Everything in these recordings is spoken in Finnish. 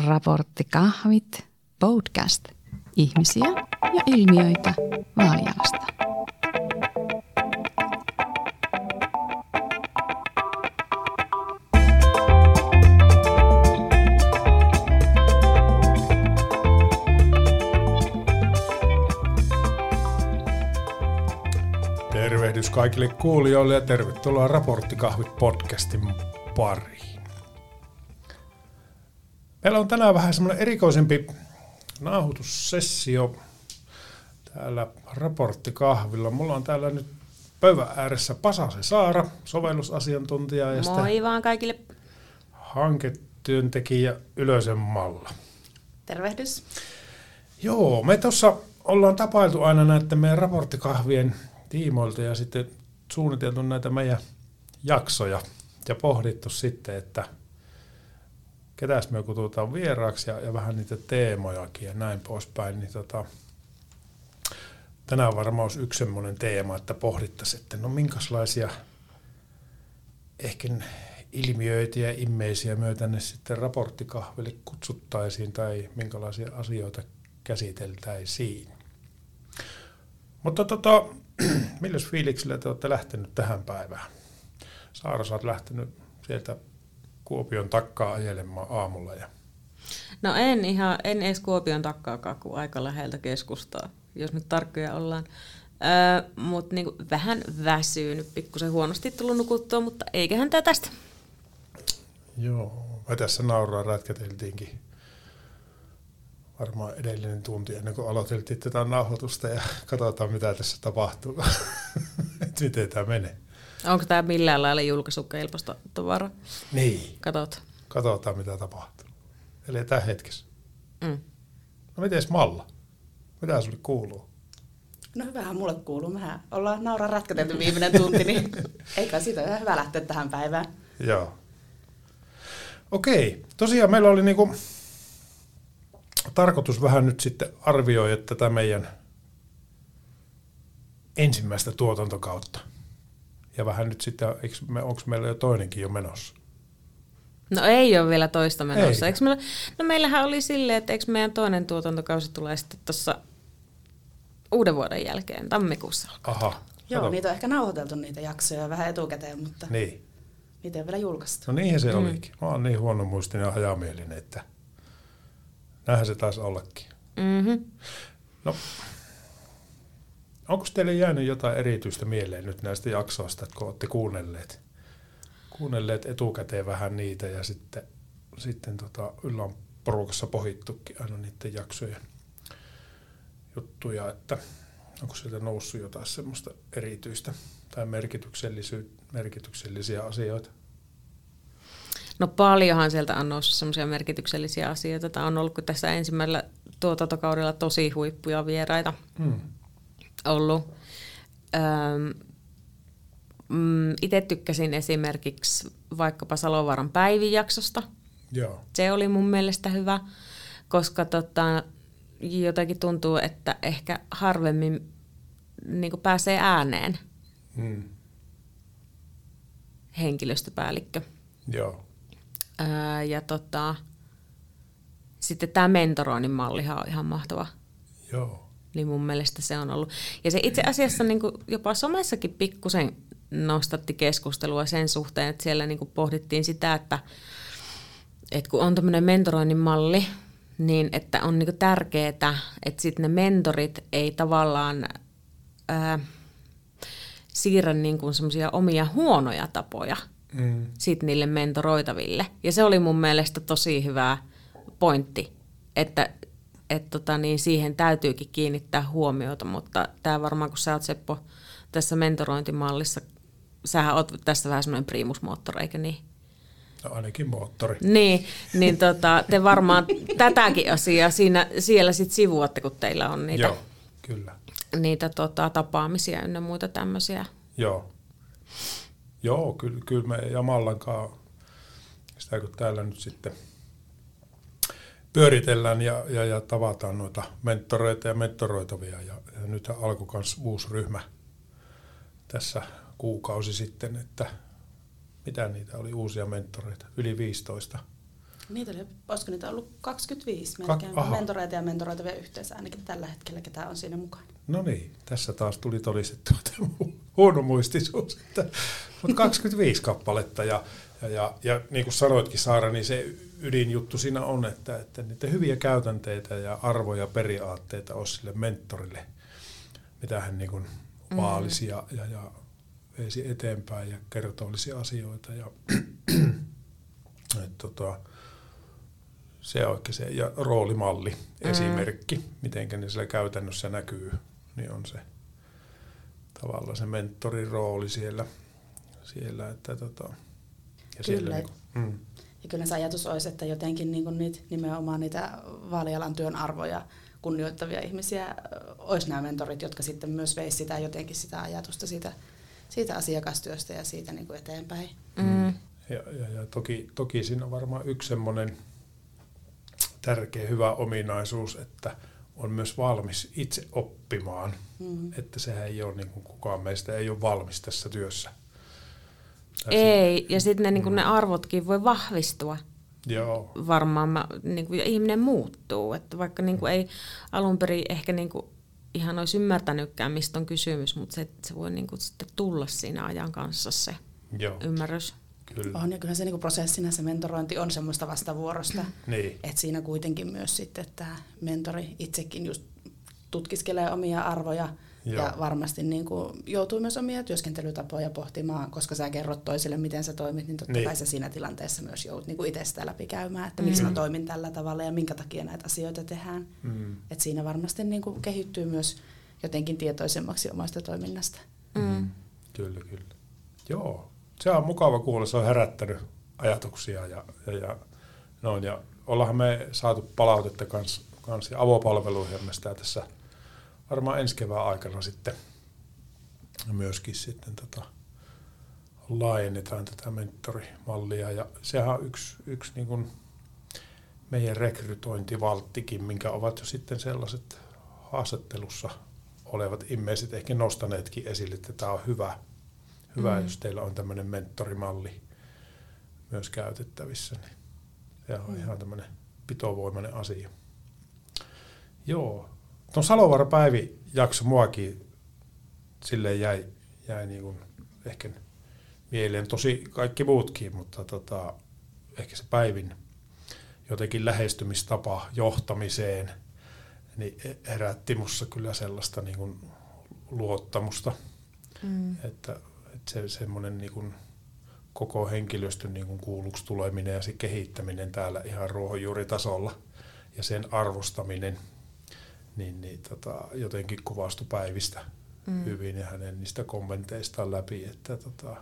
Raporttikahvit podcast. Ihmisiä ja ilmiöitä Vaalialasta. Tervehdys kaikille kuulijoille ja tervetuloa Raporttikahvit podcastin pariin. Meillä on tänään vähän semmoinen erikoisempi nauhoitussessio täällä Raporttikahvilla. Mulla on täällä nyt pöydän ääressä Pasasen Saara, sovellusasiantuntija ja moi vaan kaikille. Hanketyöntekijä Ylösen Malla. Tervehdys. Joo, me tuossa ollaan tapailtu aina näiden meidän raporttikahvien tiimoilta ja sitten suunniteltu näitä meidän jaksoja ja pohdittu sitten, että ketäs me kutsutaan vieraaksi ja vähän niitä teemojakin ja näin poispäin. Niin tänään varmaan olisi yksi semmoinen teema, että pohdittaisiin, että no minkälaisia ehkä ilmiöitä ja immeisiä me tänne sitten raporttikahville kutsuttaisiin tai minkälaisia asioita käsiteltäisiin. Mutta milläs fiiliksillä te olette lähtenyt tähän päivään? Saara, sä oot lähtenyt sieltä Kuopion takkaa ajelemaan aamulla. No en edes Kuopion takkaakaan, kun aika läheltä keskustaa, jos nyt tarkkoja ollaan. Mutta niinku vähän väsynyt, pikkusen huonosti tullut nukuttua, mutta eiköhän tää tästä. Joo, me tässä nauraa rätkäteltiinkin varmaan edellinen tunti ennen kuin aloiteltiin tätä nauhoitusta ja katsotaan mitä tässä tapahtuu, että miten tämä menee. Onko tämä millään lailla julkaisukelpoista tavaraa? Niin. Katsotaan mitä tapahtuu. Eli tämä hetkessä. No mites Malla? Mitä sulle kuuluu? No hyvähän mulle kuuluu. Mehän ollaan nauraa rätkätelty viimeinen tunti, niin eikä siitä ihan hyvä lähteä tähän päivään. Joo. Okei. Tosiaan meillä oli niinku tarkoitus vähän nyt sitten arvioida tätä meidän ensimmäistä tuotantokautta. Ja vähän nyt sitten, onko meillä jo toinenkin jo menossa? No ei ole vielä toista menossa. Meillähän oli silleen, että eikö meidän toinen tuotantokausi tulee sitten tuossa uuden vuoden jälkeen, tammikuussa. Aha. Joo, niitä on ehkä nauhoiteltu niitä jaksoja vähän etukäteen, mutta niin. Niitä ei vielä julkaistu. No niinhän se olikin. Mä oon niin huonomuistinen ja hajamielinen, että näinhän se taisi ollakin. Mm-hmm. No, onko teille jäänyt jotain erityistä mieleen nyt näistä jaksoista, että kun olette kuunnelleet etukäteen vähän niitä ja sitten yllä on porukassa pohittukin aina niiden jaksojen juttuja, että onko sieltä noussut jotain semmoista erityistä tai merkityksellisiä asioita? No paljonhan sieltä on noussut semmoisia merkityksellisiä asioita. Tämä on ollut tässä ensimmäisellä tuotantokaudella tosi huippuja vieraita ollut. Itse tykkäsin esimerkiksi vaikkapa Salovaaran Päivin jaksosta. Joo. Se oli mun mielestä hyvä, koska jotenkin tuntuu, että ehkä harvemmin niin kuin pääsee ääneen henkilöstöpäällikkö. Joo. Ja sitten tämä mentoroinnin mallihan on ihan mahtava. Joo. Niin mun mielestä se on ollut. Ja se itse asiassa niin kuin jopa somessakin pikkusen nostatti keskustelua sen suhteen, että siellä niin kuin pohdittiin sitä, että kun on tämmöinen mentoroinnin malli, niin että on niin kuin tärkeää, että sitten ne mentorit ei tavallaan siirrä niin kuin semmoisia omia huonoja tapoja sit niille mentoroitaville. Ja se oli mun mielestä tosi hyvä pointti, että siihen täytyykin kiinnittää huomiota, mutta tämä varmaan, kun sä oot Seppo tässä mentorointimallissa, sähän oot tässä vähän semmoinen primusmoottori, eikö niin? No ainakin moottori. Niin te varmaan tätäkin asiaa siellä sitten sivuatte, kun teillä on niitä, joo, kyllä. Niitä tapaamisia ynnä muita tämmöisiä. Joo, kyllä me Jamallankaan, sitä kun täällä nyt sitten pyöritellään ja tavataan noita mentoreita ja mentoroitavia. Ja nyt alkoi myös uusi ryhmä tässä kuukausi sitten, että mitä niitä oli uusia mentoreita, yli 15. Niitä oli, olisiko niitä ollut 25 melkein mentoreita ja mentoroitavia yhteensä ainakin tällä hetkellä, ketä on siinä mukana. No niin, tässä taas tuli todistettua huonomuistisuus, mutta 25 kappaletta ja niin kuin sanoitkin Saara, niin se ydinjuttu siinä on, että niitä hyviä käytänteitä ja arvoja, periaatteita olisi sille mentorille, mitä hän niin kuin vaalisi ja veisi eteenpäin ja kertoisi asioita. Ja, se oikein se, ja roolimalli, esimerkki, miten ne siellä käytännössä näkyy, niin on se tavallaan se mentorin rooli siellä että ja kyllä. Siellä, Ja kyllä se ajatus olisi, että jotenkin niin nimenomaan niitä vaalialan työn arvoja kunnioittavia ihmisiä olisi nämä mentorit, jotka sitten myös veisi sitä jotenkin sitä ajatusta siitä asiakastyöstä ja siitä niin kuin eteenpäin. Ja toki siinä on varmaan yksi semmoinen tärkeä hyvä ominaisuus, että on myös valmis itse oppimaan, että sehän ei ole niin kuin kukaan meistä ei ole valmis tässä työssä. Ei, ja sitten ne arvotkin voi vahvistua. Joo. Varmaan ja ihminen muuttuu, että vaikka ei alun perin ehkä ihan olisi ymmärtänytkään, mistä on kysymys, mutta se voi sitten tulla siinä ajan kanssa se ymmärrys. Kyllä. On, ja kyllä se prosessina se mentorointi on semmoista vastavuorosta, niin. Että siinä kuitenkin myös sitten tämä mentori itsekin just tutkiskelee omia arvoja. Joo. Ja varmasti joutuu myös omia työskentelytapoja pohtimaan, koska sä kerrot toiselle, miten sä toimit, niin totta kai sä siinä tilanteessa myös joudut itse sitä läpikäymään, että miksi mä toimin tällä tavalla ja minkä takia näitä asioita tehdään. Et siinä varmasti kehittyy myös jotenkin tietoisemmaksi omasta toiminnasta. Kyllä. Joo, se on mukava kuulla, se on herättänyt ajatuksia ja ollaanhan me saatu palautetta kans ja avopalveluihin me sitä tässä varmaan ensi kevään aikana sitten myöskin sitten laajennetaan tätä mentorimallia ja sehän on yksi niin kuin meidän rekrytointivalttikin, minkä ovat jo sitten sellaiset haastattelussa olevat ihmiset ehkä nostaneetkin esille, että tämä on hyvä jos teillä on tämmöinen mentorimalli myös käytettävissä, niin se on ihan tämmöinen pitovoimainen asia. Joo. Tuon Salovaara-Päivi jakso muakin silleen jäi niin kuin ehkä mieleen, tosi kaikki muutkin, mutta ehkä se Päivin jotenkin lähestymistapa johtamiseen niin herätti musta kyllä sellaista niin kuin luottamusta, että se semmoinen niin kuin koko henkilöstön niin kuin kuulluksi tuleminen ja se kehittäminen täällä ihan ruohonjuuritasolla ja sen arvostaminen niin jotenkin kuvastui Päivistä hyvin ja hänen niistä kommenteistaan läpi, että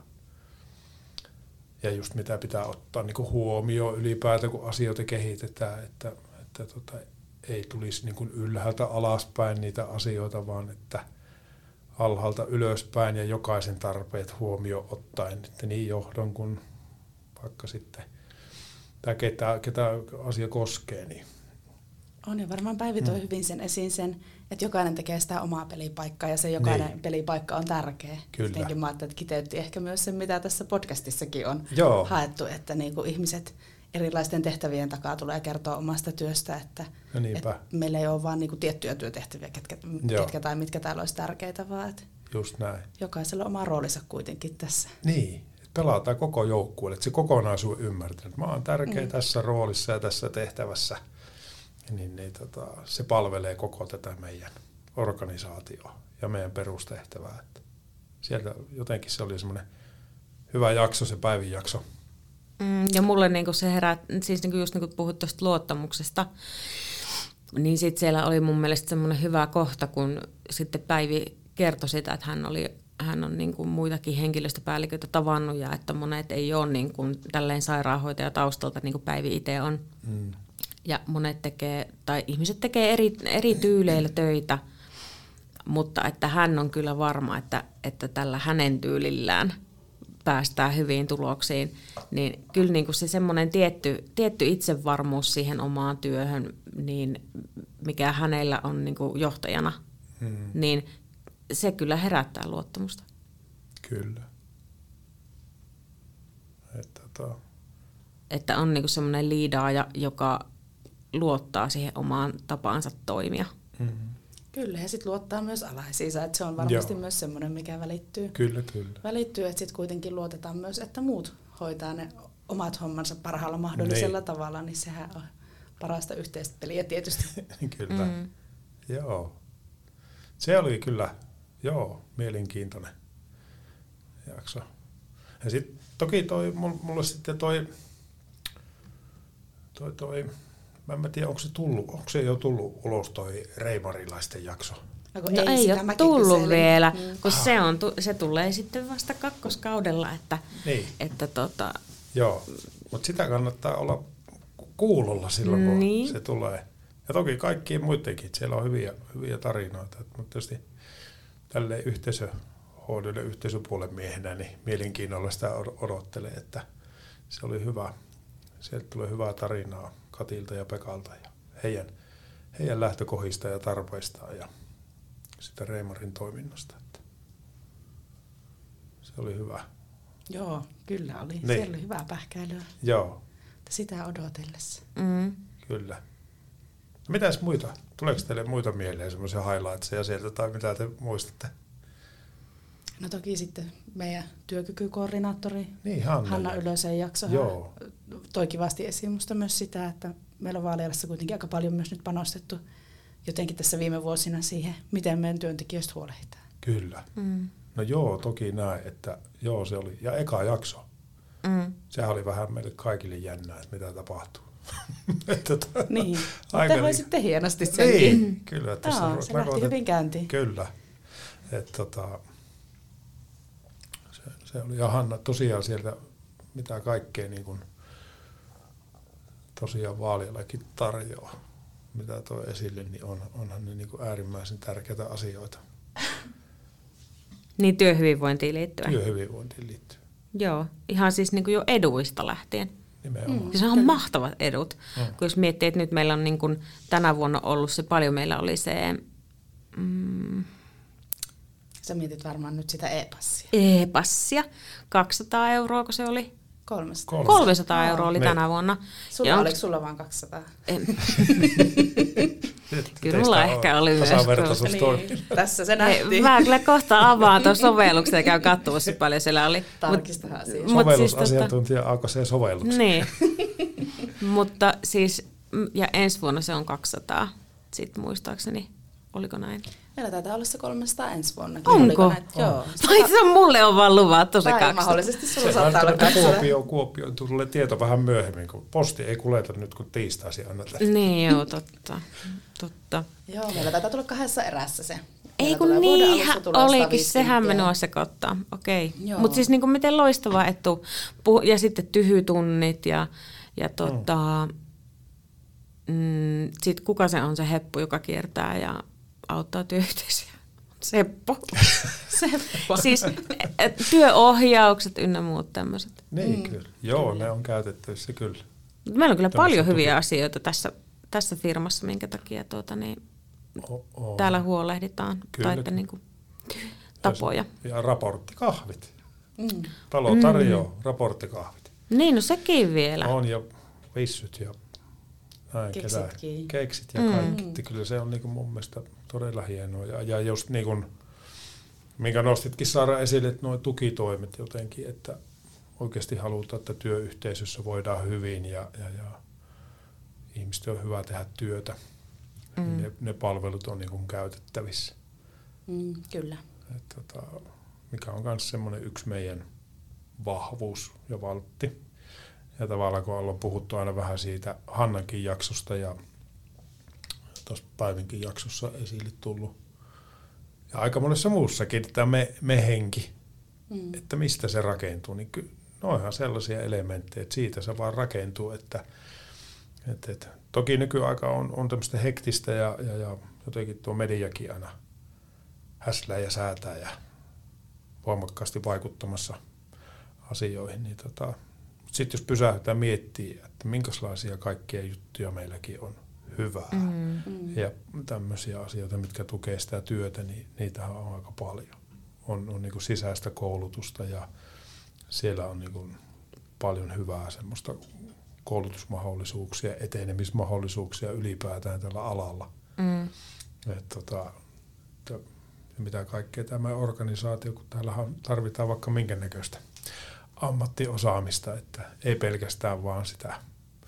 ja just mitä pitää ottaa niin kuin huomioon ylipäätään, kun asioita kehitetään, että ei tulisi niin kuin ylhäältä alaspäin niitä asioita, vaan että alhaalta ylöspäin ja jokaisen tarpeet huomioon ottaen, että niin johdon kuin vaikka sitten tai ketä asia koskee, niin on, ja varmaan Päivi toi hyvin sen esiin sen, että jokainen tekee sitä omaa pelipaikkaa ja se jokainen pelipaikka on tärkeä. Kyllä. Jotenkin mä ajattelin, että kiteytti ehkä myös sen, mitä tässä podcastissakin on haettu, että ihmiset erilaisten tehtävien takaa tulee kertoa omasta työstä, että meillä ei ole vaan tiettyjä työtehtäviä, ketkä tai mitkä täällä olisi tärkeitä, vaan että just näin. Jokaisella on oma roolinsa kuitenkin tässä. Niin, pelataan koko joukkueelle, että se kokonaisuus ymmärtää. Mä oon tärkeä tässä roolissa ja tässä tehtävässä. Niin se palvelee koko tätä meidän organisaatioa ja meidän perustehtävää. Että sieltä jotenkin se oli hyvä jakso, se Päivin jakso. Ja mulle se herää, siis just kun puhut tuosta luottamuksesta, niin sitten siellä oli mun mielestä semmoinen hyvä kohta, kun sitten Päivi kertoi sitä, että hän on muitakin henkilöstöpäälliköitä tavannut ja että monet ei ole tälleen sairaanhoitaja taustalta, niin kuin Päivi itse on. Ja monet ihmiset tekee eri tyyleillä töitä, mutta että hän on kyllä varma, että tällä hänen tyylillään päästään hyviin tuloksiin, niin kyllä se semmoinen tietty itsevarmuus siihen omaan työhön, niin mikä hänellä on johtajana, niin se kyllä herättää luottamusta. Kyllä. että on niinku semmoinen liidaaja, joka luottaa siihen omaan tapaansa toimia. Mm-hmm. Kyllä, ja sitten luottaa myös alaisiinsa, että se on varmasti myös semmoinen, mikä välittyy. Kyllä. Välittyy, että sitten kuitenkin luotetaan myös, että muut hoitaa ne omat hommansa parhaalla mahdollisella tavalla, niin sehän on parasta yhteistä peliä tietysti. Kyllä, joo. Se oli kyllä, mielenkiintoinen jakso. Ja sitten toki mulla sitten toi, mä en tiedä, onko se jo tullut ulos toi Reimarilaisten jakso? No ei ole tullut vielä, kun se tulee sitten vasta kakkoskaudella, että, Joo, mutta sitä kannattaa olla kuulolla silloin, kun se tulee. Ja toki kaikkien muidenkin, siellä on hyviä tarinoita, mutta tietysti tälleen yhteisöhoidolle yhteisöpuolen miehenä, niin mielenkiinnolla sitä odottelee, että se oli hyvä. Sieltä tulee hyvää tarinaa Katilta ja Pekalta ja heidän lähtökohdista ja tarpeistaan ja sitä Reimarin toiminnasta. Että se oli hyvä. Joo, kyllä oli. Niin. Siellä oli hyvää pähkäilyä. Joo. Sitä odotellessa. Kyllä. No mitäs muita? Tuleeko teille muita mieleen semmoisia highlightseja sieltä tai mitä te muistatte? No toki sitten meidän työkykykoordinaattori niin, Hanna Ylösen jakso toi kivasti esiin musta myös sitä, että meillä on Vaalialassa kuitenkin aika paljon myös nyt panostettu jotenkin tässä viime vuosina siihen, miten meidän työntekijöistä huolehditaan. Kyllä. No joo, toki näin, että se oli. Ja eka jakso. Sehän oli vähän meille kaikille jännää, että mitä tapahtuu. Niin, mutta te hoisitte hienosti senkin. Niin, kyllä. Että se lähti hyvin käyntiin. Kyllä. Että se oli, ja Hanna tosiaan sieltä, mitä kaikkea niin kuin, tosiaan Vaalialakin tarjoaa, mitä toi esille, niin onhan ne niin kuin äärimmäisen tärkeitä asioita. Niin työhyvinvointiin liittyen. Työhyvinvointiin liittyen. Joo, ihan siis niin kuin jo eduista lähtien. Nimenomaan. Se on mahtavat edut. Kun jos miettii, että nyt meillä on niin kuin tänä vuonna ollut se paljon, meillä oli se... Sä mietit varmaan nyt sitä e-passia. E-passia. 200 euroa, kun se oli? 300 euroa oli tänä vuonna. Oliko sulla vaan 200? Kyllä mulla ehkä oli myös. Niin, tässä se nähtiin. Mä kyllä kohta avaan tuon sovelluksen ja käyn katsomassa paljon siellä oli. Tarkistahan asiaa. Sovellusasiantuntija aukasee sovelluksen. Niin. Mutta siis, ja ensi vuonna se on 200. Sitten muistaakseni, oliko näin? Meillä taitaa olla se 300 ensi vuonna. Onko? Joo. Mulle on vaan luvattu se 200. Mahdollisesti sulla saattaa olla 200. Kuopioon tulee tieto vähän myöhemmin, kun posti ei kuljeta nyt, kun tiistaisin aina lähtee. Niin joo, totta. Joo, meillä taitaa tulla 2 erässä se. Ei kun niinhän olikin, sehän minua sekoittaa. Okei. Mutta siis niin kuin miten loistava etu. Ja sitten tyhytunnit ja sitten kuka se on se heppu, joka kiertää ja auttaa työyhteisöjä? Seppo. Siis työohjaukset ynnä muut tämmöiset. Niin kyllä. Joo, ne on käytettävissä kyllä. Meillä on kyllä paljon hyviä asioita tässä firmassa, minkä takia täällä huolehditaan. Tai niinku tapoja. Ja raporttikahvit. Talo tarjoaa raporttikahvit. Niin, no sekin vielä. On ja vissyt ja keksit ja kaikki. Kyllä se on niinku mun mielestä todella hienoa. Ja just niin kuin, minkä nostitkin Saara esille, että nuo tukitoimet jotenkin, että oikeasti halutaan, että työyhteisössä voidaan hyvin ja ihmisten on hyvä tehdä työtä. Ne palvelut on niin kuin käytettävissä. Kyllä. Mikä on myös semmoinen yksi meidän vahvuus ja valtti. Ja tavallaan kun ollaan puhuttu aina vähän siitä Hannankin jaksosta ja tuossa Päivinkin jaksossa esille tullut. Ja aika monessa muussakin tämä me henki, että mistä se rakentuu. Niin noihan sellaisia elementtejä, että siitä se vaan rakentuu. Että toki nykyaika on tämmöistä hektistä ja jotenkin tuo mediakin aina häslää ja säätää ja voimakkaasti vaikuttamassa asioihin. Niin sitten jos pysähdytään miettimään, että minkälaisia kaikkia juttuja meilläkin on hyvää ja tämmöisiä asioita, mitkä tukee sitä työtä, niin niitähän on aika paljon. On niin kuin sisäistä koulutusta ja siellä on niin kuin paljon hyvää semmoista koulutusmahdollisuuksia, etenemismahdollisuuksia ylipäätään tällä alalla. Mitä kaikkea tämä organisaatio, kun täällähän tarvitaan vaikka minkä näköistä ammattiosaamista, että ei pelkästään vaan sitä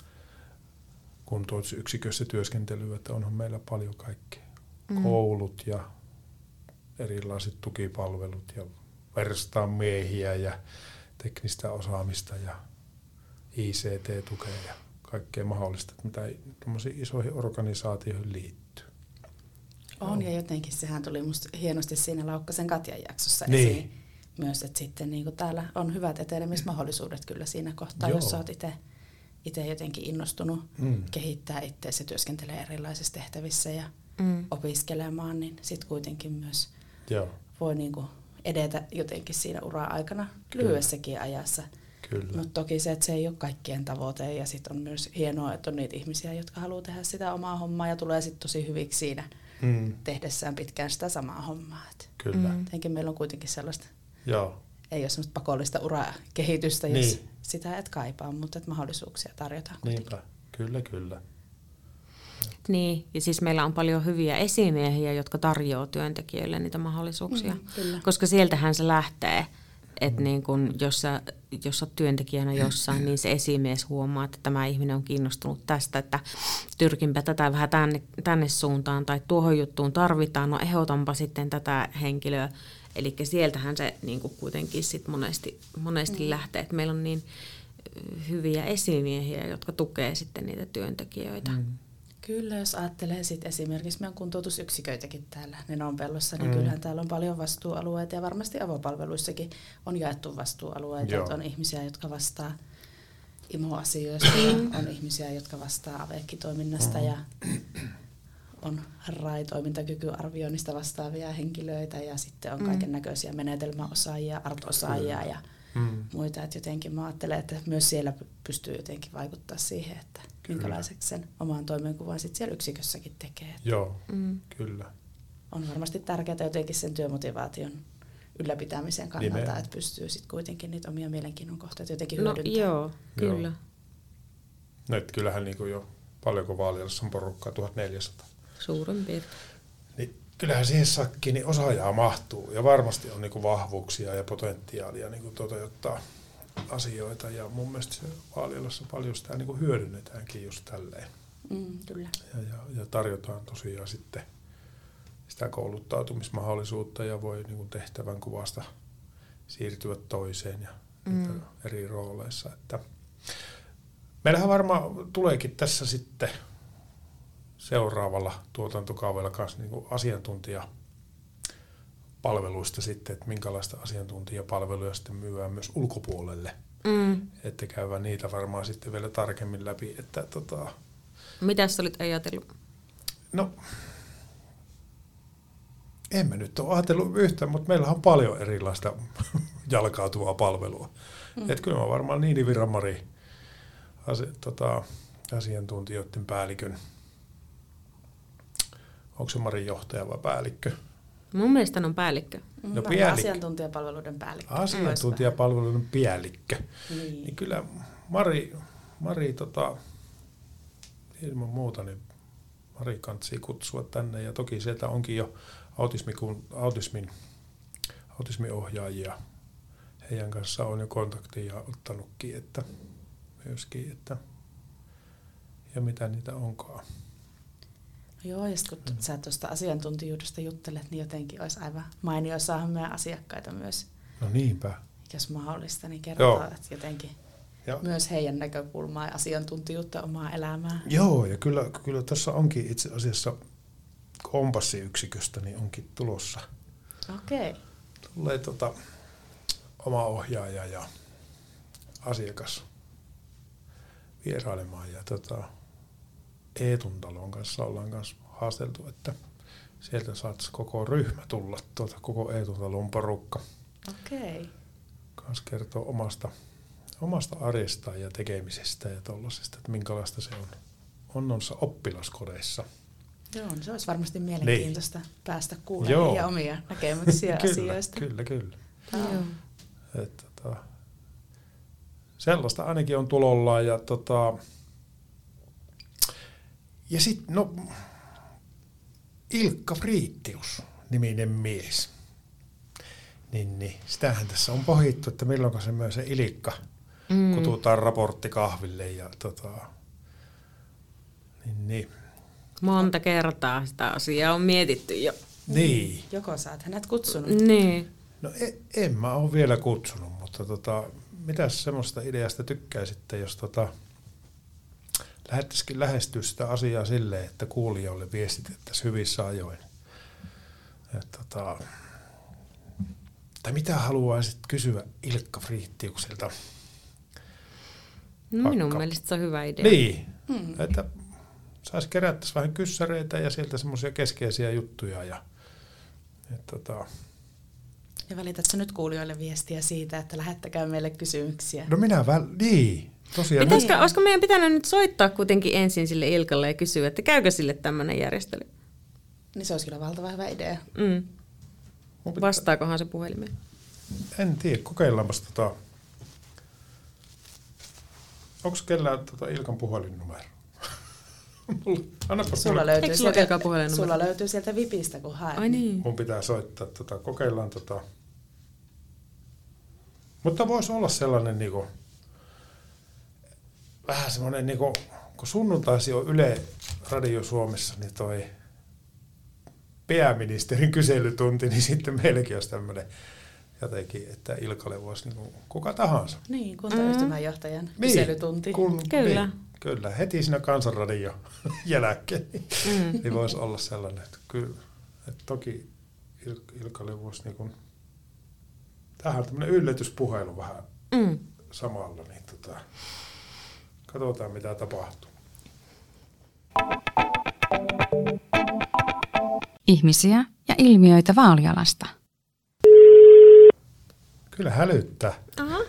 kuntoutusyksikössä työskentelyä, että onhan meillä paljon kaikkea. Koulut ja erilaiset tukipalvelut ja verstaamiehiä ja teknistä osaamista ja ICT-tukea ja kaikkea mahdollista, mitä tuommoisiin isoihin organisaatioihin liittyy. On, ja jotenkin sehän tuli musta hienosti siinä Laukkasen Katjan jaksossa esiin myös, että sitten niin kuin täällä on hyvät etenemismahdollisuudet kyllä siinä kohtaa, jos olet itse jotenkin innostunut kehittää itseäsi ja työskentelee erilaisissa tehtävissä ja opiskelemaan, niin sitten kuitenkin myös voi niin kuin edetä jotenkin siinä ura-aikana lyhyessäkin ajassa. Mutta toki se, että se ei ole kaikkien tavoite, ja sitten on myös hienoa, että on niitä ihmisiä, jotka haluaa tehdä sitä omaa hommaa ja tulee sitten tosi hyviksi siinä tehdessään pitkään sitä samaa hommaa. Kyllä. Tietenkin meillä on kuitenkin sellaista, ei ole sellaista pakollista urakehitystä, jos sitä et kaipaa, mutta että mahdollisuuksia tarjotaan kuitenkin. Niinpä, kyllä. Niin, ja siis meillä on paljon hyviä esimiehiä, jotka tarjoaa työntekijöille niitä mahdollisuuksia, koska sieltähän se lähtee, että niin kun, jos sä oot työntekijänä jossain, niin se esimies huomaa, että tämä ihminen on kiinnostunut tästä, että tyrkinpä tätä vähän tänne suuntaan tai tuohon juttuun tarvitaan, no ehdotanpa sitten tätä henkilöä. Eli sieltähän se niin kun kuitenkin sit monesti lähtee, että meillä on niin hyviä esimiehiä, jotka tukee sitten niitä työntekijöitä. Kyllä, jos ajattelee sit esimerkiksi meidän kuntoutusyksiköitäkin täällä Nenonpellossa, niin kyllähän täällä on paljon vastuualueita ja varmasti avopalveluissakin on jaettu vastuualueita. Että on ihmisiä, jotka vastaa IMO-asioista, on ihmisiä, jotka vastaa AVEC-toiminnasta ja on RAI-toimintakykyarvioinnista vastaavia henkilöitä ja sitten on kaiken näköisiä menetelmäosaajia, ART-osaajia ja muita. Että jotenkin mä ajattelen, että myös siellä pystyy jotenkin vaikuttaa siihen, että minkälaiseksi sen oman toimenkuvan sitten siellä yksikössäkin tekee. Joo, kyllä. On varmasti tärkeää jotenkin sen työmotivaation ylläpitämisen kannalta, että pystyy sitten kuitenkin niitä omia mielenkiinnon kohteita jotenkin hyödyntämään. Joo, kyllä. No, että kyllähän niin kuin jo paljonko Vaalialassa on porukkaa, 1400. Suurin piirtein. Niin kyllähän siihen sakkiin niin osaajaa mahtuu ja varmasti on niin kuin vahvuuksia ja potentiaalia niin kuin toteuttaa asioita ja mun mielestä se Vaalialassa paljon sitä niin kuin hyödynnetäänkin just tälleen. Kyllä. Ja tarjotaan tosiaan sitten sitä kouluttautumismahdollisuutta ja voi niin kuin tehtävän kuvasta siirtyä toiseen ja eri rooleissa. Että meillähän varmaan tuleekin tässä sitten seuraavalla tuotantokaudella kanssa niin kuin asiantuntijapalveluista sitten, että minkälaista asiantuntijapalveluja sitten myydään myös ulkopuolelle. Että käydään niitä varmaan sitten vielä tarkemmin läpi. Että Mitäs sä olit ajatellut? No, en mä nyt ole ajatellut yhtään, mutta meillä on paljon erilaista jalkautuvaa palvelua. Että kyllä mä varmaan Niinivirran Mari asiantuntijoiden päällikön. Onko se Marin johtaja vai päällikkö? Mun mielestä on päällikkö. No, asiantuntijapalveluiden päällikkö. Asiantuntijapalveluiden päällikkö. Niin kyllä Mari ilman muuta, niin Mari kantsii kutsua tänne. Ja toki sieltä onkin jo autismiohjaajia. Heidän kanssa on jo kontaktia ottanutkin, että myöskin, että ja mitä niitä onkaan. Joo, ja kun sä tuosta asiantuntijuudesta juttelet, niin jotenkin olisi aivan mainio saada meidän asiakkaita myös. No niinpä. Jos mahdollista, niin kertoo, että jotenkin myös heidän näkökulmaa ja asiantuntijuutta omaa elämää. Joo, ja kyllä tässä onkin itse asiassa Kompassiyksiköstä, niin onkin tulossa. Okei. Tulee oma ohjaaja ja asiakas vierailemaan ja Eetun talon kanssa ollaan kanssa haasteltu, että sieltä saataisiin koko ryhmä tulla, koko Eetun talon porukka. Okei. Kans kertoo omasta arjestaan ja tekemisestä ja tollasesta, että minkälaista se on noissa oppilaskodeissa. Joo, se olisi varmasti mielenkiintoista päästä kuulemaan ja omia näkemyksiä asioista. Kyllä. Joo. sellaista ainakin on tulollaan. Ja sitten Ilkka Friittius niminen mies. Niin, sitähän tässä on pohittu, että milloin se myös se Ilkka kututaan raporttikahville. Ja niin. Monta kertaa sitä asiaa on mietitty jo. Niin. Joko sä oot hänet kutsunut? Niin. No en mä ole vielä kutsunut, mutta mitäs semmoista ideasta tykkäisitte, jos lähdettäisikin lähestyä sitä asiaa silleen, että kuulijoille viestitettäisiin hyvissä ajoin. Tai mitä haluaisit kysyä Ilkka Friittiukselta? No, minun mielestä se on hyvä idea. Niin, että saisi kerättäisiin vähän kyssäreitä ja sieltä semmoisia keskeisiä juttuja. Ja välitätkö nyt viestiä siitä, että lähettäkää meille kysymyksiä? No niin. Tosiaan. Olisiko meidän pitänyt nyt soittaa kuitenkin ensin sille Ilkalle ja kysyä, että käykö sille tämmöinen järjestely? Niin se olisi kyllä valtava hyvä idea. Vastaakohan se puhelimeen? En tiedä, kokeillaanpas onko kellään Ilkan puhelinnumero? Sulla löytyy sieltä Vipistä, kun haet. Ai niin. Mun pitää soittaa, kokeillaan Mutta voisi olla sellainen vähän semmoinen, kun sunnuntaisi on Yle Radio Suomessa, niin toi pääministerin kyselytunti, niin sitten meilläkin olisi tämmöinen jotenkin, että Ilkalle voisi kuka tahansa. Niin, kuntayhtymän johtajan kyselytunti. Kyllä. Niin, kyllä, heti siinä Kansanradio jälkeen, niin voisi olla sellainen, että kyllä, että toki Ilkalle voisi tähän tämmöinen yllätyspuhelu vähän samalla, niin katsotaan mitä tapahtuu. Ihmisiä ja ilmiöitä Vaalialasta. Kyllä hälyttää. Aha.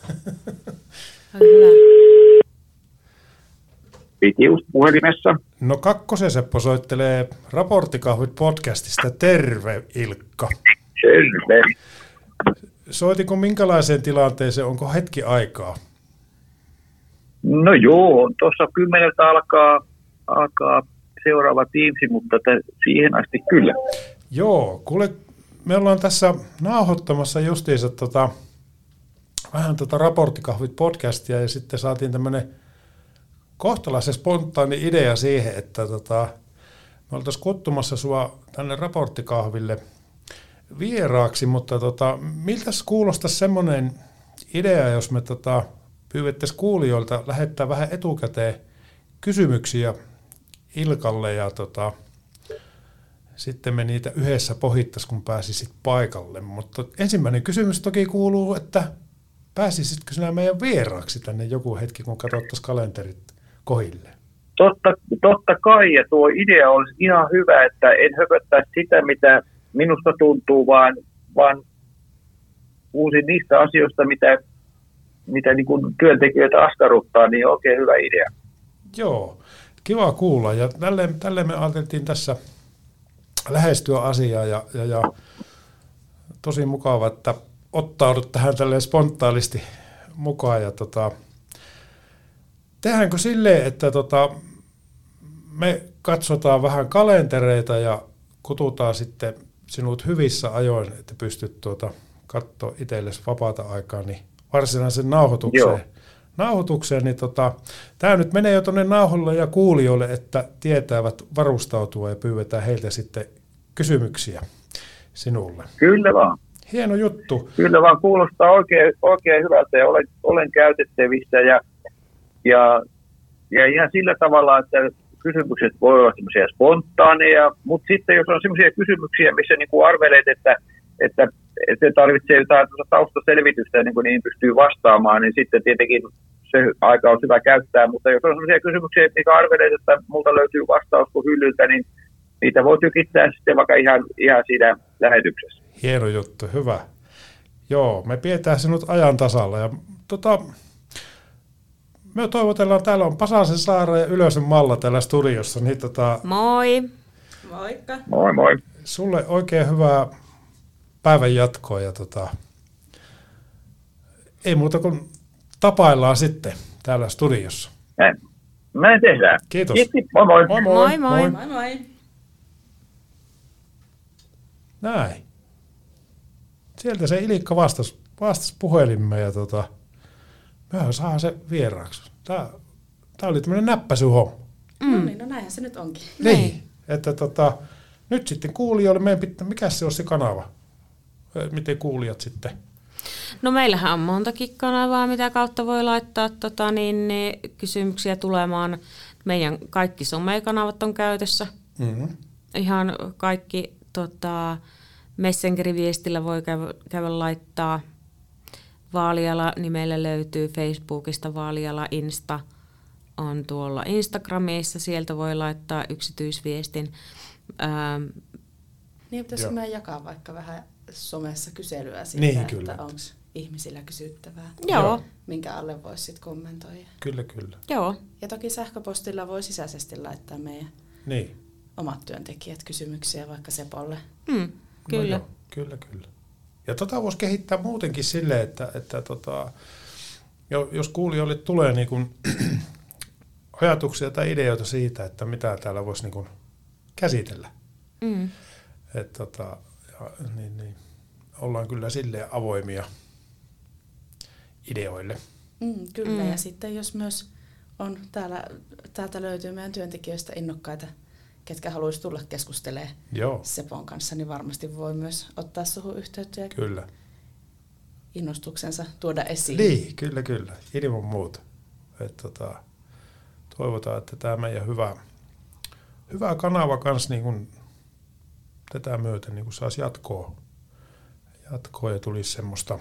Hyvä. Pitius puhelimessa. No Kakkosen Seppo soittelee Raporttikahvit podcastista. Terve Ilkka. Terve. Soitiko minkälaiseen tilanteeseen? Onko hetki aikaa? No joo, tuossa 10 alkaa seuraava Teamsi, mutta siihen asti kyllä. Joo, kuule, me ollaan tässä nauhoittamassa justiinsa vähän Raporttikahvit podcastia ja sitten saatiin tämmöinen kohtalaisen spontaani idea siihen, että me oltaisiin kuttumassa sua tänne Raporttikahville vieraaksi, mutta miltä kuulostaisi semmoinen idea, jos me pyydettäisiin kuulijoilta lähettää vähän etukäteen kysymyksiä Ilkalle ja sitten me niitä yhdessä pohittaisiin, kun pääsisit paikalle. Mutta ensimmäinen kysymys toki kuuluu, että pääsisitkö sinä meidän vieraaksi tänne joku hetki, kun katsottaisiin kalenterit kohille? Totta kai, ja tuo idea olisi ihan hyvä, että en höpöttäisi sitä, mitä minusta tuntuu, vaan uusin niistä asioista, mitä niin kuin työntekijöitä askarruttaa, niin oikein hyvä idea. Joo, kiva kuulla. Ja tälleen me ajateltiin tässä lähestyä asiaa ja tosi mukava, että ottaudut tähän tälleen spontaanisti mukaan. Ja tehdäänkö silleen, että me katsotaan vähän kalentereita ja kututaan sitten sinut hyvissä ajoin, että pystyt katsoa itsellesi vapaata aikaa, niin varsinaisen nauhoitukseen, niin tämä nyt menee jo tuonne nauholle ja kuulijoille, että tietävät varustautua ja pyydetään heiltä sitten kysymyksiä sinulle. Kyllä vaan. Hieno juttu. Kyllä vaan, kuulostaa oikein hyvältä ja olen käytettävissä ja ihan sillä tavalla, että kysymykset voi olla semmoisia spontaaneja, mutta sitten jos on semmoisia kysymyksiä, missä niin kuin arvelet, että se tarvitsee jotain taustaselvitystä ja niin pystyy vastaamaan, niin sitten tietenkin se aika on hyvä käyttää, mutta jos on sellaisia kysymyksiä, mikä arvelee, että multa löytyy vastaus kuin hyllyltä, niin niitä voi tykittää sitten vaikka ihan siinä lähetyksessä. Hieno juttu, hyvä. Joo, me pidetään sinut ajan tasalla ja me toivotellaan, täällä on Pasasen Saara ja Ylösen Malla täällä studiossa, niin Moi! Moikka! Moi moi! Sulle oikein hyvää päivän jatkoa ja ei muuta kuin tapaillaan sitten täällä studiossa. Näin tehdään. Kiitos. Kiitos. Moi moi. Moi moi. Moi moi. Moi moi! Näin. Sieltä se Ilikka vastasi puhelimeen ja mehän saa se vieraaksi. Tää oli tämmönen näppäisyhomma. No niin, no näinhän se nyt onkin. Niin, että nyt sitten kuulijoille meidän pitää, mikä se on se kanava? Miten kuulijat sitten? No meillähän on montakin kanavaa, mitä kautta voi laittaa kysymyksiä tulemaan. Meidän kaikki somekanavat on käytössä. Mm-hmm. Ihan kaikki Messenger-viestillä voi käydä laittaa. Vaaliala nimellä löytyy Facebookista, Vaaliala Insta on tuolla Instagramissa, sieltä voi laittaa yksityisviestin. Niin pitäisikö meidän jakaa vaikka vähän somessa kyselyä siitä, niin, että onko ihmisillä kysyttävää, Joo. minkä alle voisi sitten kommentoida. Kyllä. Joo. Ja toki sähköpostilla voi sisäisesti laittaa meidän omat työntekijät kysymyksiä vaikka Sepolle. Kyllä. No joo, kyllä. Ja voisi kehittää muutenkin silleen, että jos kuulijoille tulee niin kuin ajatuksia tai ideoita siitä, että mitä täällä voisi niin kuin käsitellä. Että niin, ollaan kyllä silleen avoimia ideoille. Kyllä, ja sitten jos myös on täältä löytyy meidän työntekijöistä innokkaita, ketkä haluaisi tulla keskustelemaan Sepon kanssa, niin varmasti voi myös ottaa suhun yhteyttä ja kyllä. innostuksensa tuoda esiin. Niin, kyllä. Ilman muuta. Toivotaan, että tämä meidän hyvä kanava kanssa niin kun tätä myöten niin kun saisi jatkoa ja tulisi semmoista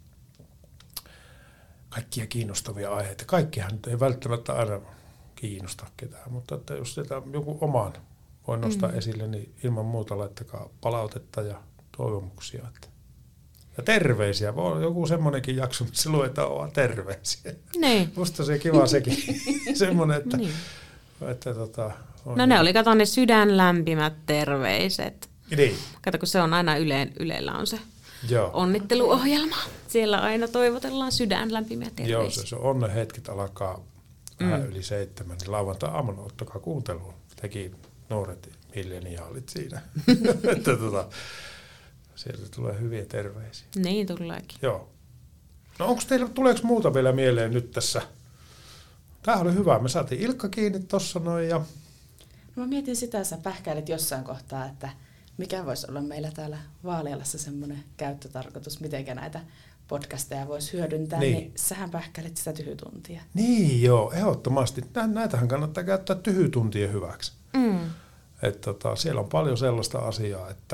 kaikkia kiinnostavia aiheita. Kaikkihan ei välttämättä aina kiinnosta ketään, mutta että jos sitä joku oman voi nostaa esille, niin ilman muuta laittakaa palautetta ja toivomuksia. Ja terveisiä. Voi olla joku semmoinenkin jakso, missä luetaan vaan terveisiä. Niin. Musta se kiva sekin. Semmoinen, että... Niin. No ne oli, kato ne sydänlämpimät terveiset. Niin. Kato, kun se on aina Ylellä on se Joo. onnitteluohjelma. Siellä aina toivotellaan sydänlämpimiä terveisiä. Joo, se onnen hetket alkaa vähän yli 7, niin lauantai-aamuna ottakaa kuunteluun. Teki nuoret milleniaalit siinä. Että sieltä tulee hyviä terveisiä. Niin tuleekin. Joo. No tuleeko muuta vielä mieleen nyt tässä? Tämä oli hyvä. Me saatiin Ilkka kiinni tuossa noin. Ja... No mä mietin sitä, sä pähkäilit jossain kohtaa, että mikä voisi olla meillä täällä Vaalialassa semmoinen käyttötarkoitus, miten näitä podcasteja voisi hyödyntää, niin sähän pähkäilit sitä tyhytuntia. Niin joo, ehdottomasti. Näitähän kannattaa käyttää tyhytuntien hyväksi. Siellä on paljon sellaista asiaa, että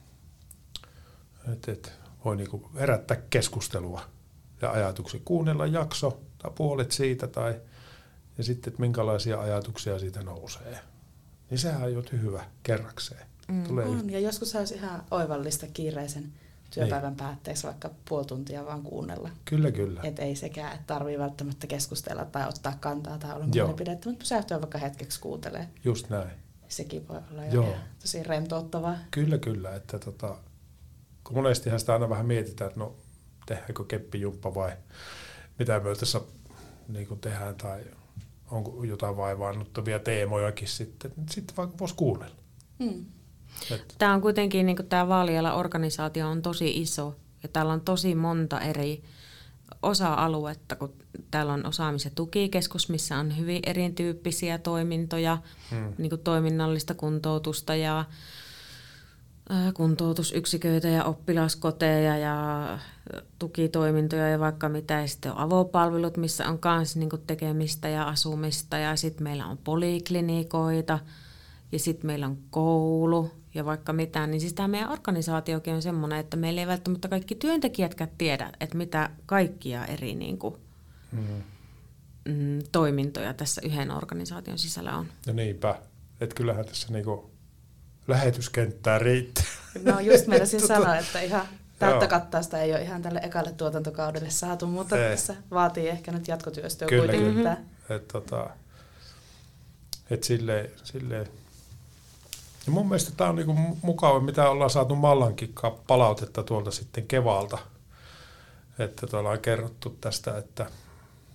voi niinku herättää keskustelua ja ajatuksia. Kuunnella jakso tai puolet siitä ja sitten, että minkälaisia ajatuksia siitä nousee. Niin sehän on jo hyvä kerrakseen. On, ja joskus olisi ihan oivallista kiireisen työpäivän päätteeksi vaikka puoli tuntia vaan kuunnella. Kyllä. Että ei sekään, että tarvii välttämättä keskustella tai ottaa kantaa tai olla mielipidettä, mutta pysähtyä vaikka hetkeksi kuuntelemaan. Just näin. Sekin voi olla jo tosi rentouttavaa. Kyllä. Että kun monestihan sitä aina vähän mietitään, että no tehdäänkö keppijumppa vai mitä me tässä niin tehdään tai onko jotain vaivaannuttavia teemojakin sitten vaikka voisi kuunnella. Tämä on kuitenkin, niin tämä Vaaliala-organisaatio on tosi iso ja täällä on tosi monta eri osa-aluetta, kun täällä on osaamis- ja tukikeskus, missä on hyvin erityyppisiä toimintoja, niin kuin toiminnallista kuntoutusta ja kuntoutusyksiköitä ja oppilaskoteja ja tukitoimintoja ja vaikka mitä. Ja sitten on avopalvelut, missä on myös niin kuin tekemistä ja asumista ja sitten meillä on poliklinikoita ja sitten meillä on koulu ja vaikka mitä. Niin siis tämä meidän organisaatiokin on semmoinen, että meillä ei välttämättä kaikki työntekijätkään tiedä, että mitä kaikkia eri niin kuin, toimintoja tässä yhden organisaation sisällä on. No niinpä, että kyllähän tässä niinku lähetyskenttää riittää. No just meinasin sanoa, että ihan täyttä kattausta ei ole ihan tälle ekalle tuotantokaudelle saatu, mutta tässä vaatii ehkä nyt jatkotyöstöä kuitenkin. Kyllä. Että silleen. Ja mun mielestä tämä on niinku mukava, mitä ollaan saatu Mallankin palautetta tuolta sitten Kevalta. Että ollaan kerrottu tästä, että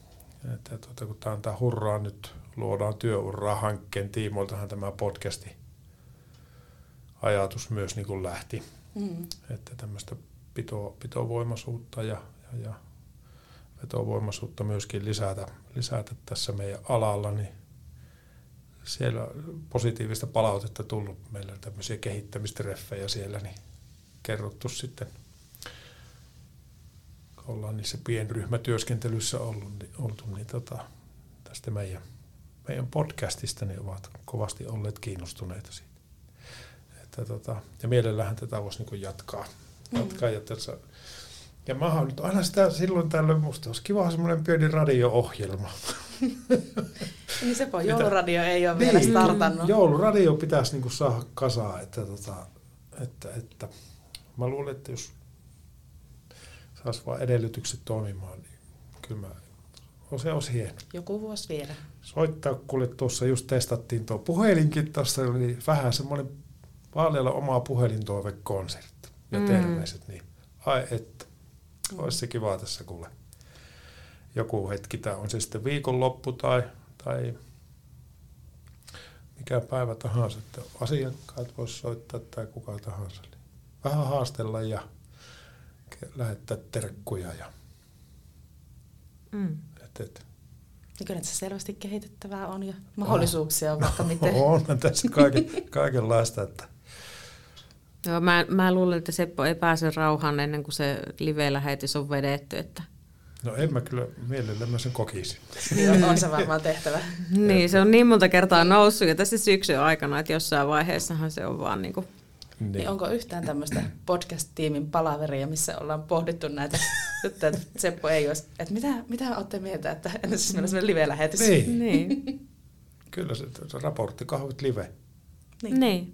Että kun tämä antaa hurraa nyt, luodaan työuraa hankkeen tiimoiltahan tämä podcasti ajatus myös niin kuin lähti. Että tämmöistä pitovoimaisuutta ja vetovoimaisuutta myöskin lisätä tässä meidän alalla, niin siellä positiivista palautetta tullut. Meillä on tämmöisiä kehittämistreffejä siellä, niin kerrottu sitten, kun ollaan niissä pienryhmätyöskentelyssä oltu, niin tästä meidän podcastista niin ovat kovasti olleet kiinnostuneita siitä. Ja mielellähän tätä voisi niin jatkaa. Ja mä oon nyt aina sitä silloin tällöin, musta olisi kiva semmoinen pieni radio-ohjelma. Niin sepä jouluradio ei ole vielä startannut. Jouluradio pitäisi niin kuin saada kasaan, että mä luulen, että jos saisi vaan edellytykset toimimaan, niin kyllä se olisi hieno. Joku vuosi vielä. Soittaa, kuule tuossa just testattiin tuo puhelinkin, tuossa oli vähän semmoinen Vaalialla oma puhelintoivekonsertti ja terveiset, niin ai että, olisi se kiva tässä kuule. Joku hetki, tämä on se sitten viikonloppu tai mikä päivä tahansa, että asiakkaat voisi soittaa tai kuka tahansa. Vähän haastella ja lähettää terkkuja. Ja Kyllä se selvästi kehitettävää on ja mahdollisuuksia on vaikka miten. On tässä kaikenlaista. Että. Joo, mä luulen, että Seppo ei pääse rauhaan ennen kuin se live-lähetys on vedetty. Että. No en mä kyllä mielelläni sen kokisin. On se varmaan tehtävä. Niin, se on niin monta kertaa noussut jo tässä syksyn aikana, että jossain vaiheessahan se on vaan niin kuin. Niin onko yhtään tämmöistä podcast-tiimin palaveria, missä ollaan pohdittu näitä juttuja, että Seppo ei olisi, että mitä olette mieltä, että ennen siis meillä on semmoinen live-lähetys. Niin. Kyllä se raporttikahvit live. Niin.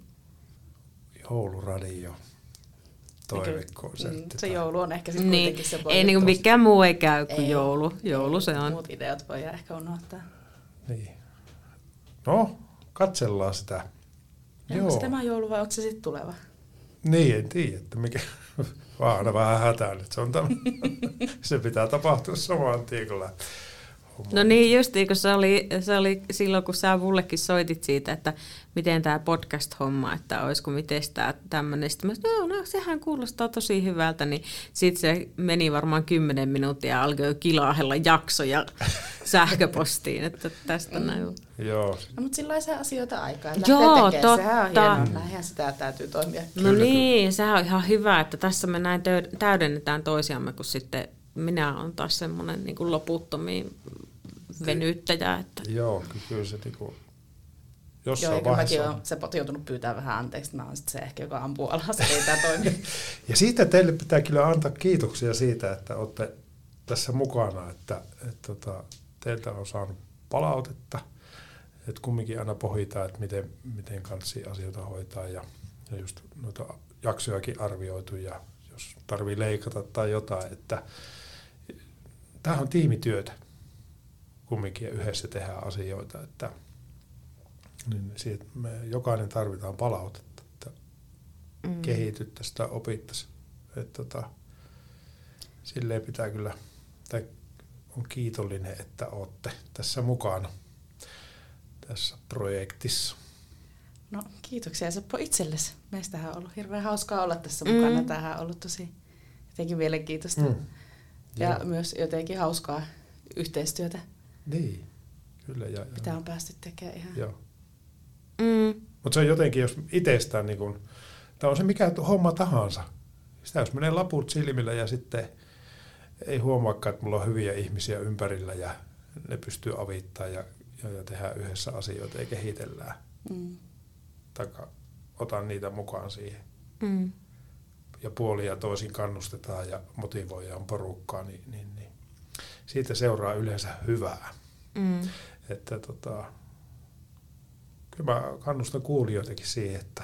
Jouluradio. Toivekonsertti. Se joulu on ehkä sitten kuitenkin se ei niin kuin mikään muu ei käy kuin joulu. Joulu se on. Muut ideat voidaan ehkä unohtaa. Niin. No, katsellaan sitä. Onko se tämä joulu vai onko se sitten tuleva? Niin, en tiedä, että mikä. Vaan vähän hätään, että se on tämä. Se pitää tapahtua samaan tien kuin No niin, justiin, kun se oli silloin, kun sä mullekin soitit siitä, että miten tämä podcast-homma, että olisiko miten tämä tämmöinen. Sitten mä no sehän kuulostaa tosi hyvältä, niin sitten se meni varmaan 10 minuuttia ja alkoi kilaahella jaksoja sähköpostiin, että tästä näin. Joo. No, mutta silloin saa asioita aikaa, että joo, tekee. Totta. Sehän on hienoa, näinhän sitä täytyy toimia. No niin, sehän on ihan hyvä, että tässä me näin täydennetään toisiamme, kun sitten minä olen taas semmoinen niin kuin loputtomiin venyttäjä. Että. Joo, kyllä se niinku jossain vaiheessa. Mäkin olen Seppo joutunut pyytää vähän anteeksi, mä olen sitten se ehkä, joka ampuu alas, ei tämä toimi. Ja siitä teille pitää kyllä antaa kiitoksia siitä, että olette tässä mukana, että teiltä on saanut palautetta, että kumminkin aina pohditaan, että miten kanssa asioita hoitaa ja just noita jaksojakin arvioitu ja jos tarvii leikata tai jotain, että tämähän on tiimityötä. Kumminkin ja yhdessä tehdään asioita, että niin siitä me jokainen tarvitaan palautetta, että kehityttäisiin tai opittaisiin. Että silleen pitää kyllä, tai on kiitollinen, että olette tässä mukana tässä projektissa. No kiitoksia Seppo itsellesi. Meistähän on ollut hirveän hauskaa olla tässä mukana. Tämähän on ollut tosi jotenkin mielenkiintoista ja myös jotenkin hauskaa yhteistyötä. Niin, kyllä. Mitä on päästy tekemään ihan. Joo. Mutta se on jotenkin, jos itsestään, niin kun, tämä on se mikä homma tahansa. Sitä jos menee laput silmillä ja sitten ei huomaakaan, että mulla on hyviä ihmisiä ympärillä ja ne pystyy avittamaan ja tehdään yhdessä asioita ja kehitellään. Taikka otan niitä mukaan siihen. Ja puolin ja toisin kannustetaan ja motivoidaan porukkaa, niin siitä seuraa yleensä hyvää. Että kyllä mä kannustan kuulijoitakin siihen, että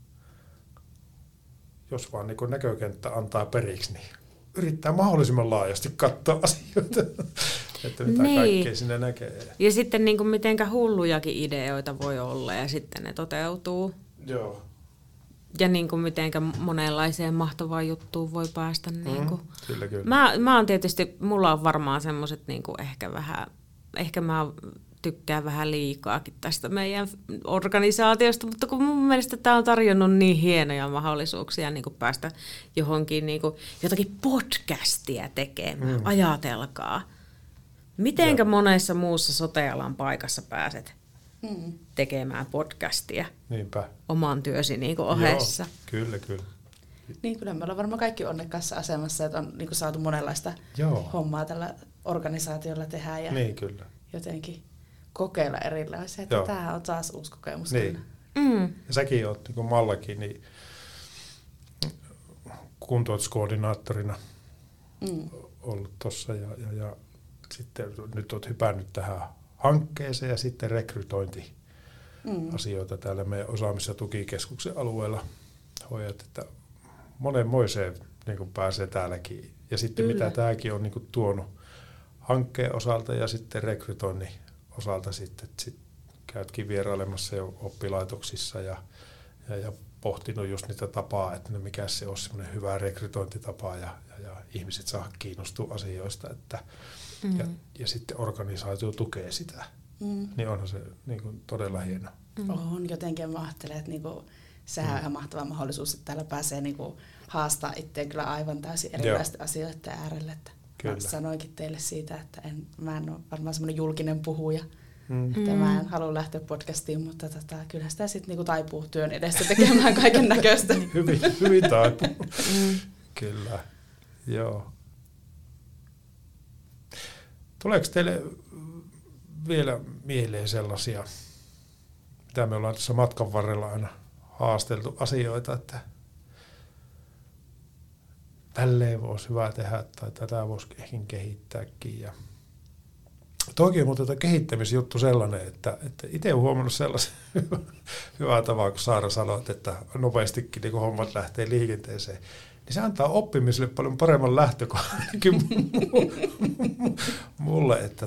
jos vaan niin näkökenttä antaa periksi, niin yrittää mahdollisimman laajasti katsoa asioita, että mitä kaikkea sinne näkee. Ja sitten niin kuin mitenkä hullujakin ideoita voi olla ja sitten ne toteutuu. Joo. Ja niin kuin mitenkä monenlaiseen mahtavaan juttuun voi päästä. Niin kuin. Kyllä. Mä oon tietysti, mulla on varmaan semmoiset niin kuin ehkä vähän ehkä mä tykkään vähän liikaakin tästä meidän organisaatiosta, mutta kun mun mielestä tämä on tarjonnut niin hienoja mahdollisuuksia niin kuin päästä johonkin niin kuin jotakin podcastia tekemään. Ajatelkaa. Mitenkä monessa muussa sote-alan paikassa pääset tekemään podcastia? Niinpä. Oman työsi niin kuin ohessa? Joo, kyllä. Niin, kyllä me ollaan varmaan kaikki onnekkaassa asemassa, että on niin kuin saatu monenlaista hommaa tällä organisaatiolla tehdä ja niin, kyllä. jotenkin kokeilla erilaisia. Että tämähän on taas uusi kokemus. Niin. Ja säkin oot niin kuin Mallakin niin kuntoutuskoordinaattorina ollut tuossa ja sitten nyt olet hypännyt tähän hankkeeseen ja sitten rekrytointiasioita täällä meidän osaamis- ja tukikeskuksen alueella hoidat, että monenmoiseen niin pääsee täälläkin. Ja sitten mitä tämäkin on niin tuonut hankkeen osalta ja sitten rekrytoinnin osalta sitten, että käytkin vierailemassa jo oppilaitoksissa ja pohtinut just niitä tapaa, että mikä se on semmoinen hyvä rekrytointitapa ja ihmiset saa kiinnostua asioista, että ja sitten organisaatio tukee sitä. Niin onhan se niin kuin todella hieno. On jotenkin, mä ajattelen, että niinku, sehän on ihan mahtava mahdollisuus, että täällä pääsee niinku haastaa itseä kyllä aivan täysin erilaisten asioiden äärelle. Että mä sanoinkin teille siitä, että mä en ole varmaan semmoinen julkinen puhuja, että mä en halua lähteä podcastiin, mutta kyllähän sitä sitten niinku taipuu työn edessä tekemään kaiken näköistä. hyvin taipuu. Kyllä, joo. Tuleeko teille vielä mieleen sellaisia, mitä me ollaan tässä matkan varrella aina haasteltu asioita, että tälleen voisi hyvä tehdä tai tätä voisi ehkä kehittääkin. Ja toki on muuten kehittämisjuttu sellainen, että itse olen huomannut sellaisen hyvää tavaa, kun Saara sanoi, että nopeastikin niin kun hommat lähtee liikenteeseen. Niin se antaa oppimiselle paljon paremman lähtökohdan mulle, että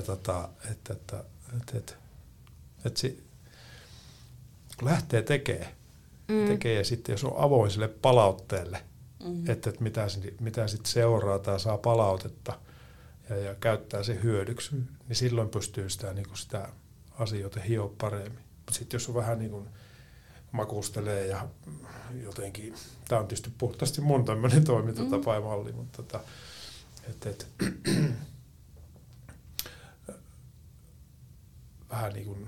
kun lähtee tekemään ja sitten jos on avoin sille palautteelle, että mitä sitten seuraa tai saa palautetta ja käyttää sen hyödyksi, niin silloin pystyy sitä asioita hioa paremmin. Mutta sitten jos on vähän niin kuin makustelee ja jotenkin, tämä on tietysti puhtaasti mun tämmöinen toimintatapa ja malli, mutta vähän niin kuin,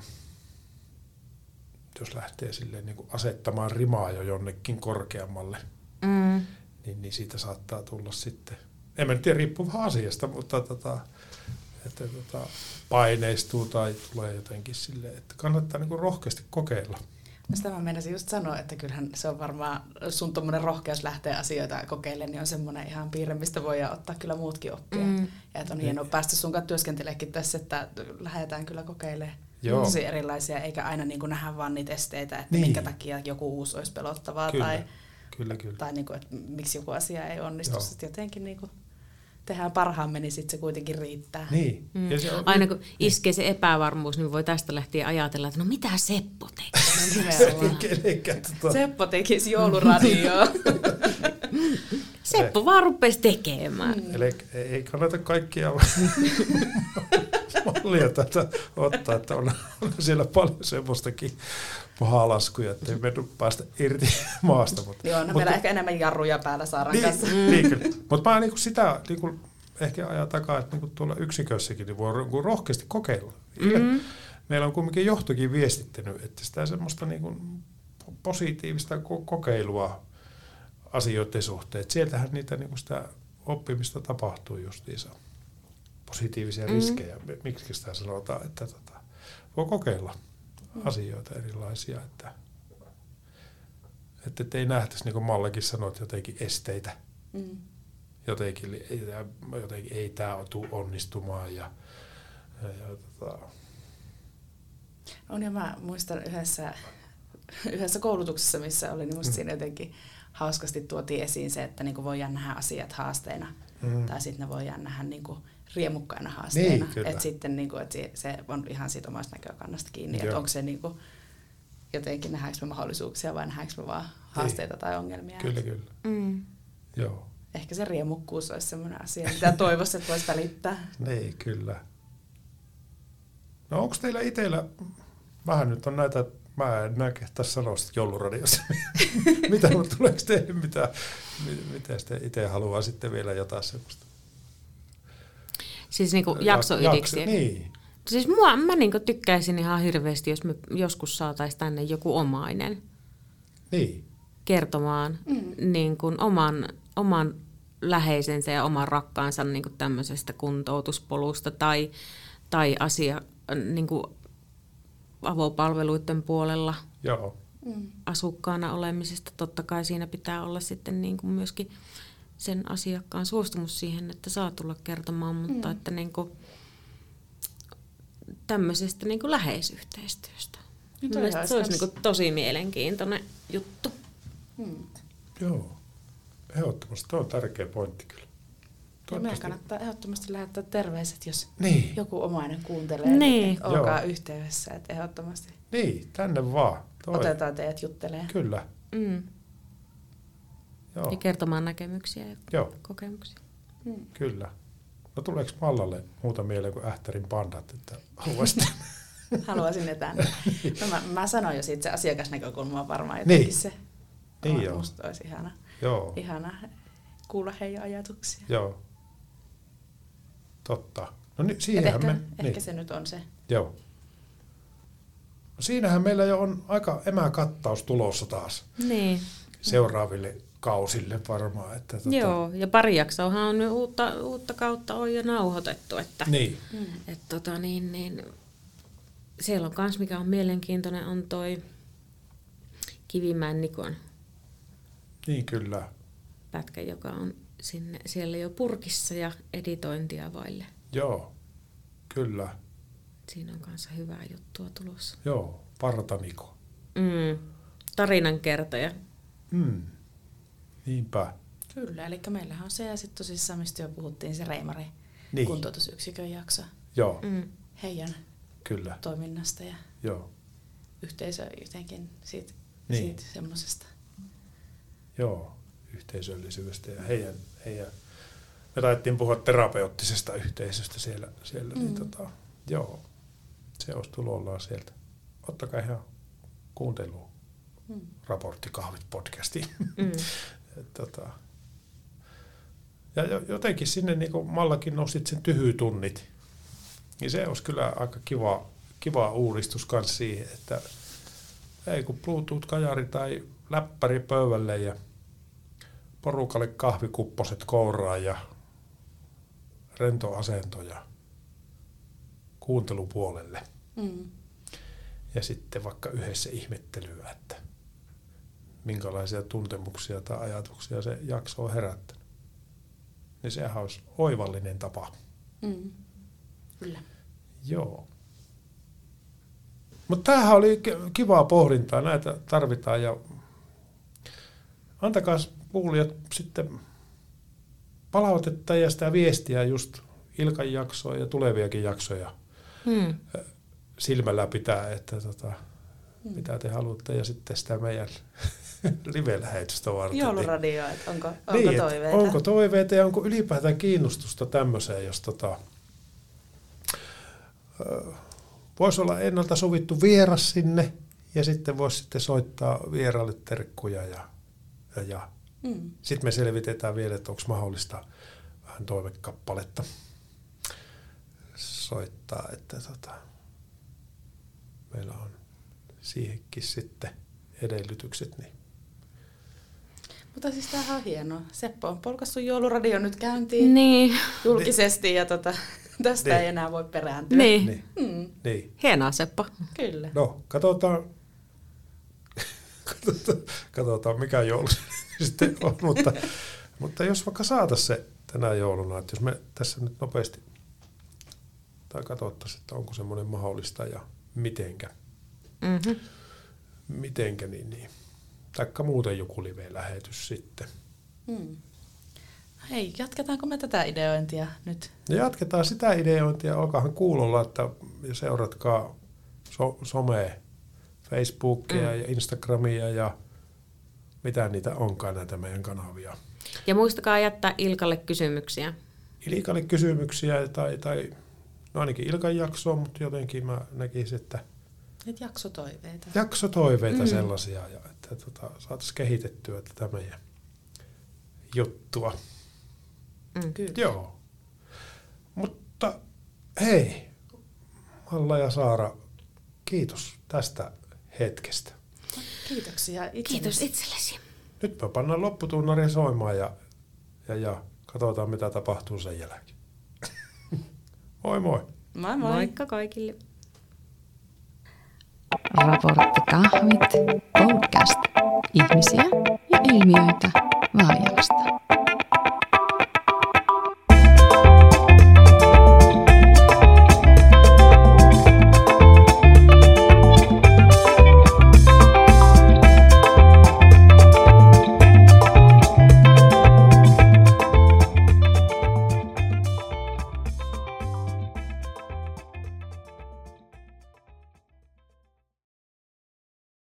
jos lähtee silleen niin kuin asettamaan rimaa jo jonnekin korkeammalle, niin siitä saattaa tulla sitten, en mä nyt tiedä, riippuu vähän asiasta, mutta että paineistuu tai tulee jotenkin silleen, että kannattaa niin kuin rohkeasti kokeilla. Sitä mä meinasin just sanoa, että kyllähän se on varmaan sun tommonen rohkeus lähteä asioita kokeilemaan, niin on semmoinen ihan piirre, mistä voidaan ottaa kyllä muutkin oppia. Ja että on hienoa päästä sun kanssa työskenteleekin tässä, että lähdetään kyllä kokeilemaan tosi erilaisia, eikä aina niin kuin nähdä vaan niitä esteitä, että minkä takia joku uusi olisi pelottavaa tai niin kuin, että miksi joku asia ei onnistu. Sitten jotenkin niin kuin tehdään parhaamme, niin sitten se kuitenkin riittää. Niin. Aina kun iskee se epävarmuus, niin voi tästä lähtien ajatella, että no mitä Seppo teki? Seppo tekisi jouluradioa. Seppo vaan rupesi tekemään. Eli ei kannata kaikkia mallia tätä ottaa, että on siellä paljon semmoistakin pahaa laskuja, ettei mennyt päästä irti maasta. Joo, meillä ehkä enemmän jarruja päällä Saaran kanssa. Niin kyllä. Mutta mä niinku sitä niinku ehkä ajan takaa, että niinku tuolla yksikössäkin niin voi niinku rohkeasti kokeilla. Meillä on kuitenkin johtokin viestittänyt, että sitä semmoista niinku positiivista kokeilua asioiden suhteen. Et sieltähän niitä niinku sitä oppimista tapahtuu justiinsa. Positiivisia riskejä. Miksi sitä sanotaan, että voi kokeilla asioita erilaisia, että ei nähtäisi, niin kuin Mallekin sanoi, jotenkin esteitä. Jotenkin ei tämä tule onnistumaan. On, ja mä muistan yhdessä koulutuksessa, missä oli, niin musta siinä jotenkin hauskasti tuotiin esiin se, että niinku voidaan nähdä asiat haasteina, tai sitten ne voidaan nähdä niinku riemukkaina haasteina. Niin, että sitten niinku, et se on ihan siitä omasta näkökannasta kiinni, että onko se niinku, jotenkin nähdäänkö me mahdollisuuksia vai nähdäänkö me vaan haasteita tai ongelmia. Kyllä. Joo. Ehkä se riemukkuus olisi sellainen asia, mitä toivoisi, että voisi välittää. Niin, kyllä. No onko teillä itsellä, vähän nyt on näitä, mä en näe kehtaisi sanoa sitä jouluradiossa, mitä, mutta tuleeko teille mitä te itse haluaa sitten vielä jotain semmoista? Siis niinku jaksoidiksiä? Niin. Siis mä niinku tykkäisin ihan hirveästi, jos me joskus saataisiin tänne joku omainen kertomaan niin kuin oman läheisensä ja oman rakkaansa niin kuin tämmöisestä kuntoutuspolusta tai niin kuin avopalveluiden puolella asukkaana olemisesta. Totta kai siinä pitää olla sitten niin kuin myöskin sen asiakkaan suostumus siihen, että saa tulla kertomaan, mutta että niin kuin tämmöisestä niin kuin läheisyhteistyöstä. Se olisi niin kuin tosi mielenkiintoinen juttu. Joo, ehdottomasti. Tuo on tärkeä pointti kyllä. Ja meidän kannattaa ehdottomasti lähettää terveiset, jos niin. joku omainen kuuntelee, niin olkaa yhteydessä, että ehdottomasti. Niin, tänne vaan. Otetaan teidät juttelemaan. Kyllä. Joo. Ja kertomaan näkemyksiä ja kokemuksia. Kyllä. No tuleeko Mallalle muuta mieleen kuin Ähtärin pandat, että haluaisin etänä. No mä sanoin jo siitä se asiakasnäkökulma varmaan jotenkin se. Niin musta olisi ihana kuulla heidän ajatuksia. Joo. Totta. No niin, ehkä se nyt on se. Joo. No siinähän meillä jo on aika emäkattaus tulossa taas. Niin. Seuraaville kausille varmaan. Että Joo, ja pari jaksoahan on nyt uutta kautta on jo nauhoitettu. Että, niin, siellä on kans, mikä on mielenkiintoinen, on toi Kivimäen Nikon. Niin kyllä. Pätkä, joka on siellä jo purkissa ja editointia vaille. Joo, kyllä. Siinä on kanssa hyvää juttua tulossa. Joo, Partaniko. Tarinankertoja. Niinpä. Kyllä, eli meillähän on se ja sitten tosissaan, mistä jo puhuttiin, se Reimari kuntoutusyksikön jakso. Joo. Heidän kyllä. toiminnasta ja yhteisö jotenkin siitä semmoisesta. Joo, yhteisöllisyydestä ja heidän me taidettiin puhua terapeuttisesta yhteisöstä siellä niin se olisi tulollaan sieltä. Ottakaa ihan kuuntelua Raporttikahvit podcastiin. Ja jotenkin sinne, niin kuin Mallakin nostit sen tyhyytunnit, niin se olisi kyllä aika kiva uudistus kanssa siihen, että ei kun Bluetooth-kajari tai läppäri pöydälle ja porukalle kahvikupposet kouraan ja rento asento ja kuuntelupuolelle. Ja sitten vaikka yhdessä ihmettelyä, että minkälaisia tuntemuksia tai ajatuksia se jakso on herättänyt. Niin sehän olisi oivallinen tapa. Kyllä. Joo. Mutta tämähän oli kivaa pohdintaa, näitä tarvitaan ja antakaa kuulijat sitten palautetta ja sitä viestiä just Ilkan jaksoa ja tuleviakin jaksoja silmällä pitää, että mitä te haluatte ja sitten sitä meidän live-lähetystä varten. Jouluradio, että onko toiveita? Onko toiveita ja onko ylipäätään kiinnostusta tämmöiseen, jos voisi olla ennalta sovittu vieras sinne ja sitten voisi sitten soittaa vieraalle terkkuja ja sitten me selvitetään vielä, että onko mahdollista vähän toivekappaletta soittaa, että meillä on siihenkin sitten edellytykset. Niin. Mutta siis tämähän on hienoa. Seppo on polkaissut jouluradio nyt käyntiin julkisesti ja tästä ei enää voi perääntyä. Niin. Hienoa, Seppo. Kyllä. No, katsotaan mikä joulu sitten on, mutta jos vaikka saataisiin se tänä jouluna, että jos me tässä nyt nopeasti tai katsottaisiin, että onko semmoinen mahdollista ja mitenkä, niin. Taikka muuten joku live-lähetys sitten. Hei, jatketaanko me tätä ideointia nyt? Ja jatketaan sitä ideointia, olkaahan kuulolla, että seuratkaa somea, Facebookia ja Instagramia ja mitä niitä onkaan näitä meidän kanavia. Ja muistakaa jättää Ilkalle kysymyksiä. Ilkalle kysymyksiä tai no ainakin Ilkan jaksoa, mutta jotenkin mä näkisin, että jaksotoiveita sellaisia, ja että saataisiin kehitettyä tätä meidän juttua. Kyllä. Joo. Mutta hei, Malla ja Saara, kiitos tästä hetkestä. Kiitoksia itsellesi. Kiitos itsellesi. Nyt me pannaan lopputunnari soimaan ja katsotaan, mitä tapahtuu sen jälkeen. Moi moi. Moi moi. Moikka kaikille. Raporttikahvit, podcast, ihmisiä ja ilmiöitä